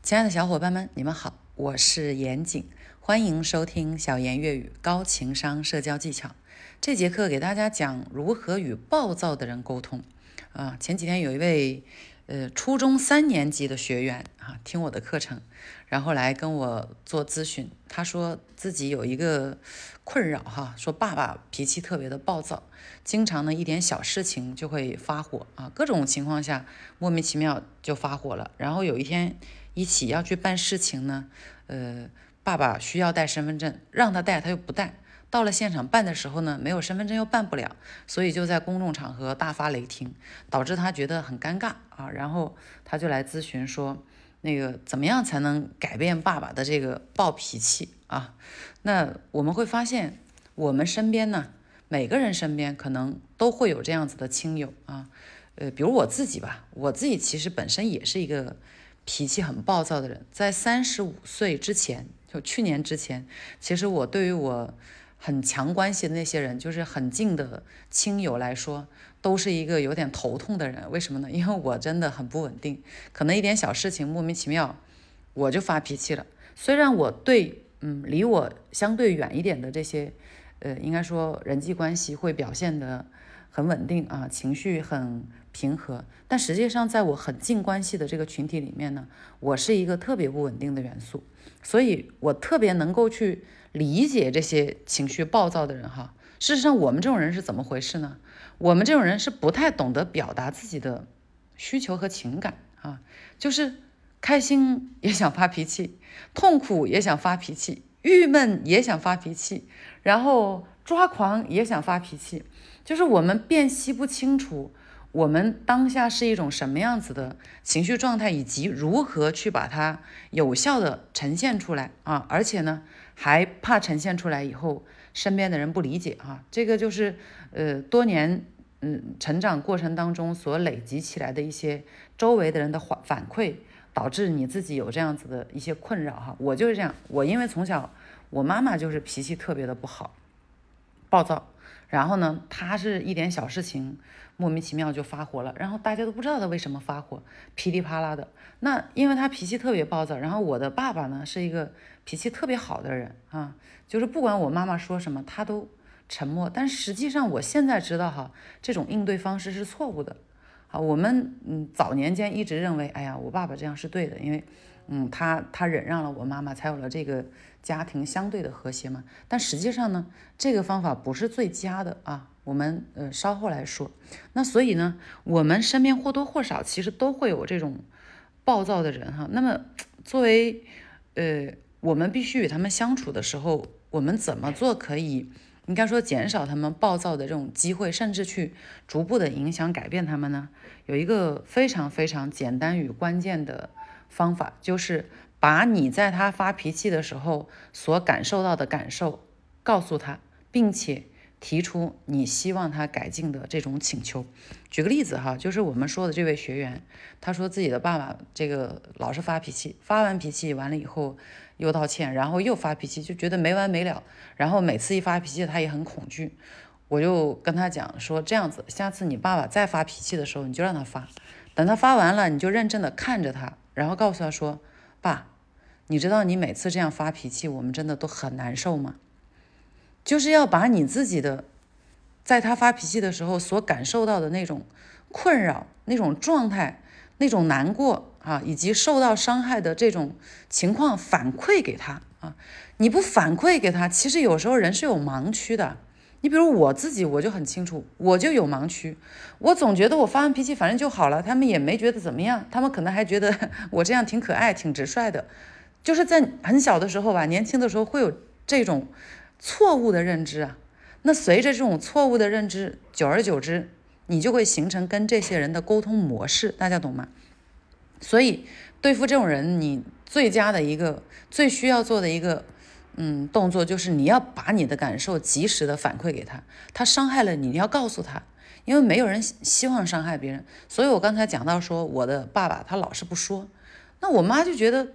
亲爱的小伙伴们，你们好，我是严谨，欢迎收听小严粤语高情商社交技巧。这节课给大家讲如何与暴躁的人沟通。前几天有一位初中3年级的学员听我的课程，然后来跟我做咨询。他说自己有一个困扰说爸爸脾气特别的暴躁，经常呢一点小事情就会发火各种情况下莫名其妙就发火了。然后有一天一起要去办事情呢，爸爸需要带身份证，让他带他又不带。到了现场办的时候呢，没有身份证又办不了，所以就在公众场合大发雷霆，导致他觉得很尴尬然后他就来咨询说，那个怎么样才能改变爸爸的这个暴脾气那我们会发现，我们身边呢，每个人身边可能都会有这样子的亲友比如我自己吧，我自己其实本身也是一个脾气很暴躁的人。在35岁之前，就去年之前，其实我对于我很强关系的那些人，就是很近的亲友来说，都是一个有点头痛的人。为什么呢？因为我真的很不稳定，可能一点小事情莫名其妙我就发脾气了。虽然我对离我相对远一点的这些应该说人际关系会表现得很稳定情绪很平和，但实际上在我很近关系的这个群体里面呢，我是一个特别不稳定的元素，所以我特别能够去理解这些情绪暴躁的人事实上我们这种人是怎么回事呢？我们这种人是不太懂得表达自己的需求和情感就是开心也想发脾气，痛苦也想发脾气，郁闷也想发脾气，然后抓狂也想发脾气，就是我们辨析不清楚我们当下是一种什么样子的情绪状态，以及如何去把它有效的呈现出来而且呢还怕呈现出来以后身边的人不理解这个就是多年成长过程当中所累积起来的一些周围的人的反馈，导致你自己有这样子的一些困扰我就是这样，我因为从小我妈妈就是脾气特别的不好，暴躁，然后呢她是一点小事情莫名其妙就发火了，然后大家都不知道她为什么发火，噼里啪啦的。那因为她脾气特别暴躁，然后我的爸爸呢是一个脾气特别好的人就是不管我妈妈说什么他都沉默。但实际上我现在知道这种应对方式是错误的我们早年间一直认为，哎呀，我爸爸这样是对的，因为他忍让了我妈妈，才有了这个家庭相对的和谐嘛。但实际上呢，这个方法不是最佳的我们稍后来说。那所以呢，我们身边或多或少其实都会有这种暴躁的人那么作为我们必须与他们相处的时候，我们怎么做可以应该说减少他们暴躁的这种机会，甚至去逐步的影响改变他们呢？有一个非常非常简单与关键的方法，就是把你在他发脾气的时候所感受到的感受告诉他，并且提出你希望他改进的这种请求。举个例子就是我们说的这位学员，他说自己的爸爸这个老是发脾气，发完脾气完了以后又道歉，然后又发脾气，就觉得没完没了，然后每次一发脾气他也很恐惧。我就跟他讲说，这样子下次你爸爸再发脾气的时候，你就让他发，等他发完了你就认真的看着他，然后告诉他说，爸，你知道你每次这样发脾气我们真的都很难受吗？就是要把你自己的在他发脾气的时候所感受到的那种困扰，那种状态，那种难过以及受到伤害的这种情况反馈给他你不反馈给他，其实有时候人是有盲区的。你比如我自己，我就很清楚，我就有盲区，我总觉得我发完脾气反正就好了，他们也没觉得怎么样，他们可能还觉得我这样挺可爱挺直率的。就是在很小的时候吧，年轻的时候会有这种错误的认知那随着这种错误的认知，久而久之你就会形成跟这些人的沟通模式，大家懂吗？所以对付这种人，你最佳的一个最需要做的一个动作，就是你要把你的感受及时的反馈给他，他伤害了你，你要告诉他，因为没有人希望伤害别人。所以我刚才讲到说，我的爸爸他老是不说，那我妈就觉得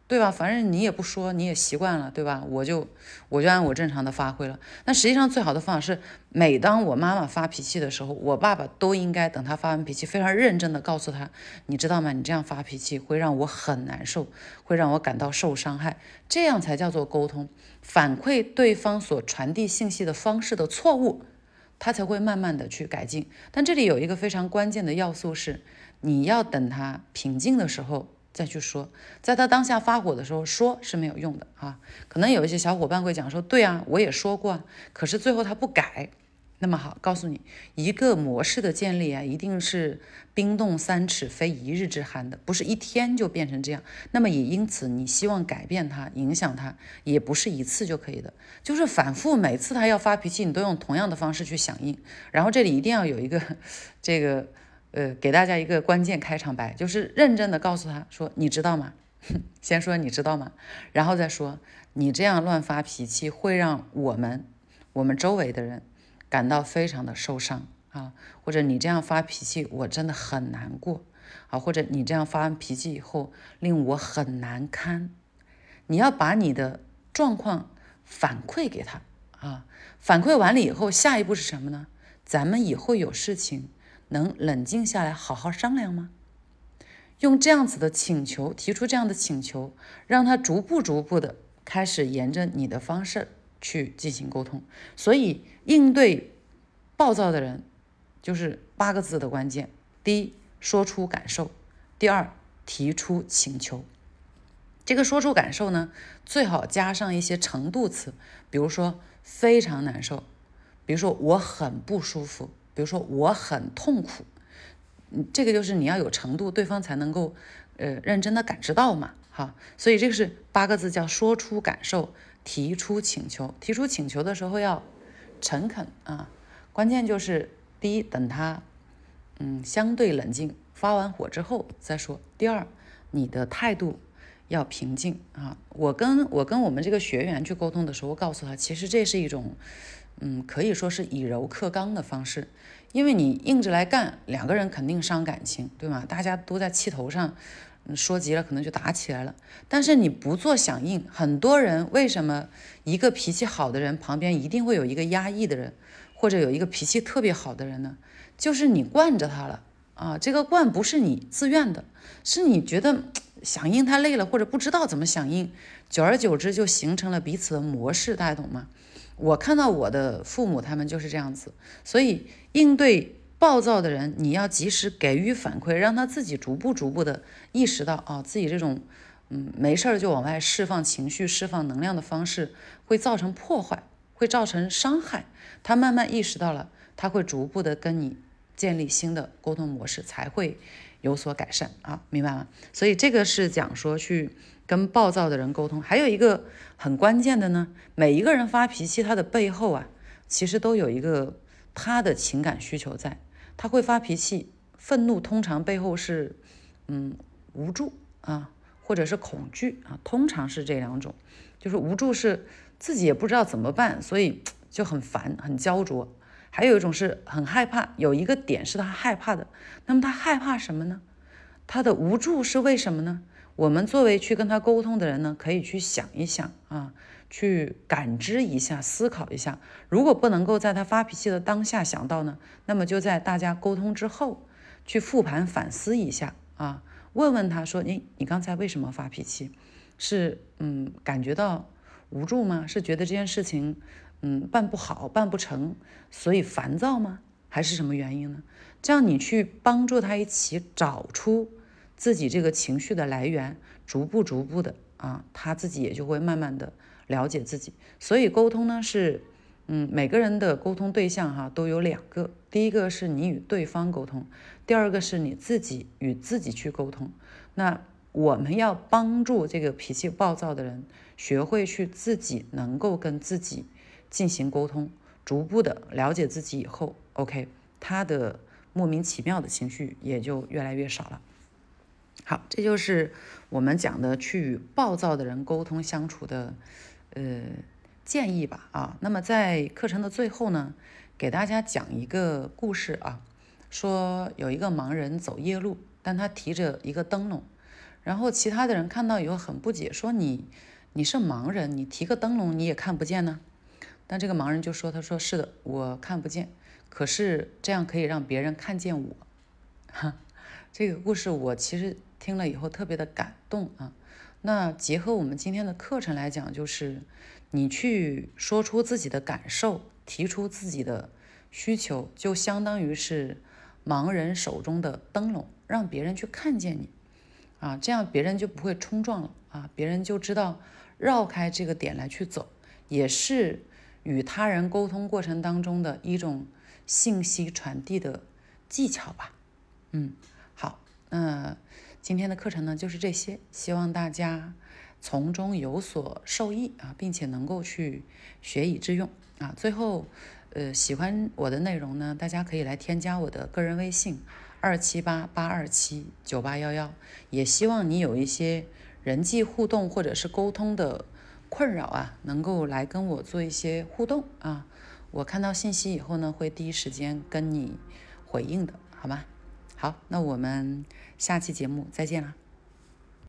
对吧？反正你也不说，你也习惯了，对吧？我就按我正常的发挥了。那实际上最好的方法是，每当我妈妈发脾气的时候，我爸爸都应该等他发完脾气，非常认真的告诉他，你知道吗？你这样发脾气会让我很难受，会让我感到受伤害，这样才叫做沟通。反馈对方所传递信息的方式的错误，他才会慢慢的去改进。但这里有一个非常关键的要素是，你要等他平静的时候再去说，在他当下发火的时候说是没有用的啊。可能有一些小伙伴会讲说，对啊，我也说过，可是最后他不改。那么好，告诉你，一个模式的建立啊，一定是冰冻三尺非一日之寒的，不是一天就变成这样。那么也因此，你希望改变他、影响他，也不是一次就可以的，就是反复，每次他要发脾气，你都用同样的方式去响应。然后这里一定要有一个这个给大家一个关键开场白，就是认真的告诉他说，你知道吗？先说你知道吗？然后再说你这样乱发脾气会让我们周围的人感到非常的受伤啊，或者你这样发脾气我真的很难过啊，或者你这样发完脾气以后令我很难堪。你要把你的状况反馈给他啊，反馈完了以后，下一步是什么呢？咱们以后有事情能冷静下来好好商量吗？用这样子的请求，提出这样的请求，让他逐步的开始沿着你的方式去进行沟通。所以应对暴躁的人就是8个字的关键：第一，说出感受；第二，提出请求。这个说出感受呢，最好加上一些程度词，比如说非常难受，比如说我很不舒服，比如说我很痛苦。这个就是你要有程度，对方才能够认真的感知到嘛，哈。所以这个是8个字，叫说出感受，提出请求。提出请求的时候要诚恳啊，关键就是第一，等他相对冷静，发完火之后再说。第二，你的态度要平静啊。我跟我们这个学员去沟通的时候，告诉他，其实这是一种可以说是以柔克刚的方式。因为你硬着来干，两个人肯定伤感情，对吗？大家都在气头上，说急了可能就打起来了。但是你不做响应，很多人为什么一个脾气好的人旁边一定会有一个压抑的人，或者有一个脾气特别好的人呢？就是你惯着他了啊！这个惯不是你自愿的，是你觉得响应他累了，或者不知道怎么响应，久而久之就形成了彼此的模式，大家懂吗？我看到我的父母他们就是这样子，所以应对暴躁的人，你要及时给予反馈，让他自己逐步的意识到啊，自己这种没事就往外释放情绪、释放能量的方式会造成破坏，会造成伤害。他慢慢意识到了，他会逐步的跟你建立新的沟通模式，才会有所改善啊，明白吗？所以这个是讲说去跟暴躁的人沟通。还有一个很关键的呢，每一个人发脾气，他的背后啊，其实都有一个他的情感需求在。他会发脾气，愤怒通常背后是无助啊，或者是恐惧啊，通常是这两种。就是无助是自己也不知道怎么办，所以就很烦很焦灼。还有一种是很害怕，有一个点是他害怕的。那么他害怕什么呢？他的无助是为什么呢？我们作为去跟他沟通的人呢，可以去想一想啊，去感知一下，思考一下。如果不能够在他发脾气的当下想到呢，那么就在大家沟通之后去复盘反思一下啊，问问他说，你刚才为什么发脾气？是感觉到无助吗？是觉得这件事情办不好办不成，所以烦躁吗？还是什么原因呢？这样你去帮助他一起找出自己这个情绪的来源，逐步的啊，他自己也就会慢慢的了解自己。所以沟通呢是每个人的沟通对象哈都有2个，第一个是你与对方沟通，第二个是你自己与自己去沟通。那我们要帮助这个脾气暴躁的人学会去自己能够跟自己进行沟通，逐步的了解自己以后 OK， 他的莫名其妙的情绪也就越来越少了。好，这就是我们讲的去与暴躁的人沟通相处的建议吧啊。那么在课程的最后呢，给大家讲一个故事啊，说有一个盲人走夜路，但他提着一个灯笼， 然后其他的人看到以后很不解，说你是盲人，你提个灯笼你也看不见呢？但这个盲人就说，他说是的，我看不见，可是这样可以让别人看见我。这个故事我其实听了以后特别的感动啊。那结合我们今天的课程来讲，就是你去说出自己的感受，提出自己的需求，就相当于是盲人手中的灯笼，让别人去看见你啊，这样别人就不会冲撞了啊，别人就知道绕开这个点来去走，也是与他人沟通过程当中的一种信息传递的技巧吧。好，那今天的课程呢就是这些，希望大家从中有所受益啊，并且能够去学以致用啊。最后，喜欢我的内容呢，大家可以来添加我的个人微信278-827-9811，也希望你有一些人际互动或者是沟通的困扰啊，能够来跟我做一些互动啊。我看到信息以后呢，会第一时间跟你回应的，好吗？好，那我们下期节目再见了。